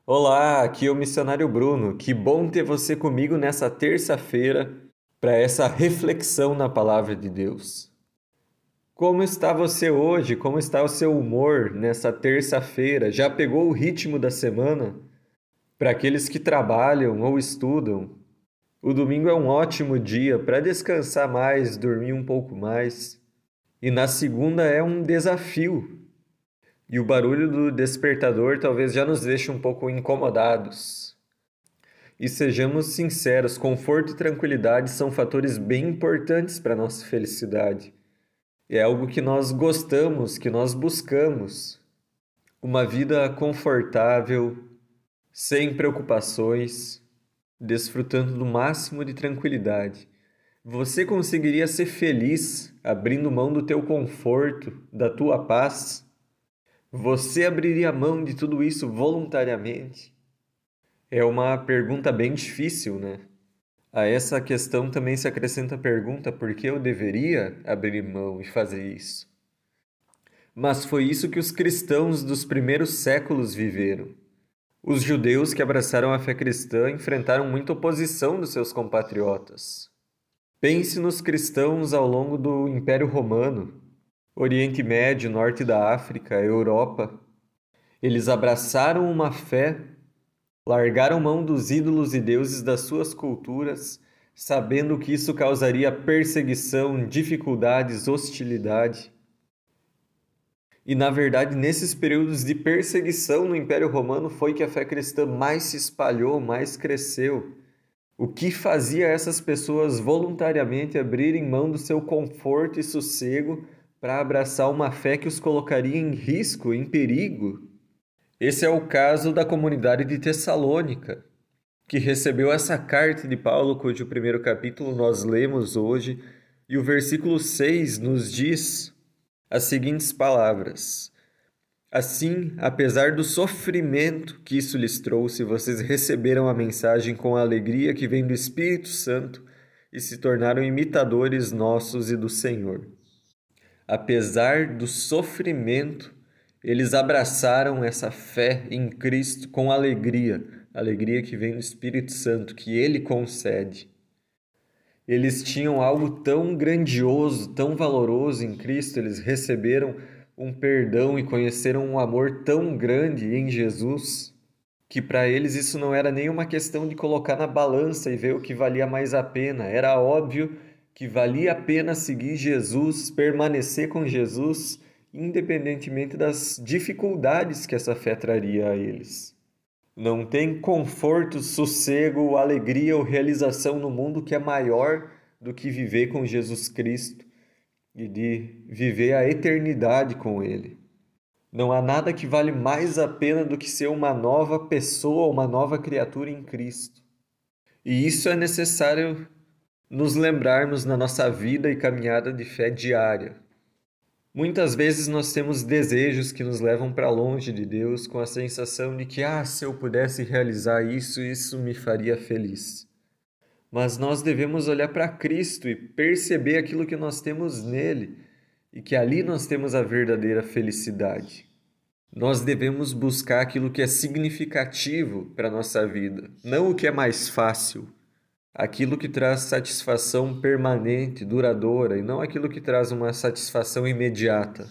Olá, aqui é o missionário Bruno. Que bom ter você comigo nessa terça-feira para essa reflexão na palavra de Deus. Como está você hoje? Como está o seu humor nessa terça-feira? Já pegou o ritmo da semana? Para aqueles que trabalham ou estudam, o domingo é um ótimo dia para descansar mais, dormir um pouco mais. E na segunda é um desafio. E o barulho do despertador talvez já nos deixe um pouco incomodados. E sejamos sinceros, conforto e tranquilidade são fatores bem importantes para a nossa felicidade. É algo que nós gostamos, que nós buscamos. Uma vida confortável, sem preocupações, desfrutando do máximo de tranquilidade. Você conseguiria ser feliz abrindo mão do teu conforto, da tua paz? Você abriria mão de tudo isso voluntariamente? É uma pergunta bem difícil, né? A essa questão também se acrescenta a pergunta: por que eu deveria abrir mão e fazer isso? Mas foi isso que os cristãos dos primeiros séculos viveram. Os judeus que abraçaram a fé cristã enfrentaram muita oposição dos seus compatriotas. Pense nos cristãos ao longo do Império Romano, Oriente Médio, Norte da África, Europa. Eles abraçaram uma fé, largaram mão dos ídolos e deuses das suas culturas, sabendo que isso causaria perseguição, dificuldades, hostilidade. E, na verdade, nesses períodos de perseguição no Império Romano foi que a fé cristã mais se espalhou, mais cresceu. O que fazia essas pessoas voluntariamente abrirem mão do seu conforto e sossego para abraçar uma fé que os colocaria em risco, em perigo? Esse é o caso da comunidade de Tessalônica, que recebeu essa carta de Paulo, cujo primeiro capítulo nós lemos hoje, e o versículo 6 nos diz as seguintes palavras: Assim, apesar do sofrimento que isso lhes trouxe, vocês receberam a mensagem com a alegria que vem do Espírito Santo e se tornaram imitadores nossos e do Senhor. Apesar do sofrimento, eles abraçaram essa fé em Cristo com alegria, alegria que vem do Espírito Santo, que Ele concede. Eles tinham algo tão grandioso, tão valoroso em Cristo, eles receberam um perdão e conheceram um amor tão grande em Jesus, que para eles isso não era nem uma questão de colocar na balança e ver o que valia mais a pena. Era óbvio que valia a pena seguir Jesus, permanecer com Jesus, independentemente das dificuldades que essa fé traria a eles. Não tem conforto, sossego, alegria ou realização no mundo que é maior do que viver com Jesus Cristo e de viver a eternidade com Ele. Não há nada que vale mais a pena do que ser uma nova pessoa, uma nova criatura em Cristo. E isso é necessário nos lembrarmos na nossa vida e caminhada de fé diária. Muitas vezes nós temos desejos que nos levam para longe de Deus com a sensação de que, se eu pudesse realizar isso, isso me faria feliz. Mas nós devemos olhar para Cristo e perceber aquilo que nós temos nele e que ali nós temos a verdadeira felicidade. Nós devemos buscar aquilo que é significativo para a nossa vida, não o que é mais fácil. Aquilo que traz satisfação permanente, duradoura, e não aquilo que traz uma satisfação imediata.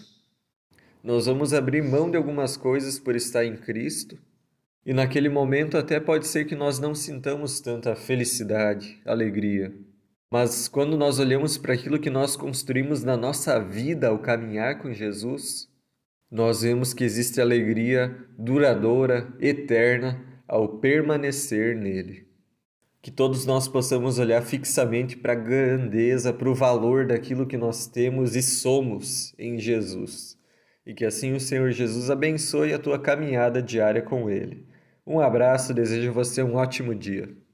Nós vamos abrir mão de algumas coisas por estar em Cristo, e naquele momento até pode ser que nós não sintamos tanta felicidade, alegria. Mas quando nós olhamos para aquilo que nós construímos na nossa vida ao caminhar com Jesus, nós vemos que existe alegria duradoura, eterna, ao permanecer nele. Que todos nós possamos olhar fixamente para a grandeza, para o valor daquilo que nós temos e somos em Jesus. E que assim o Senhor Jesus abençoe a tua caminhada diária com Ele. Um abraço, desejo a você um ótimo dia.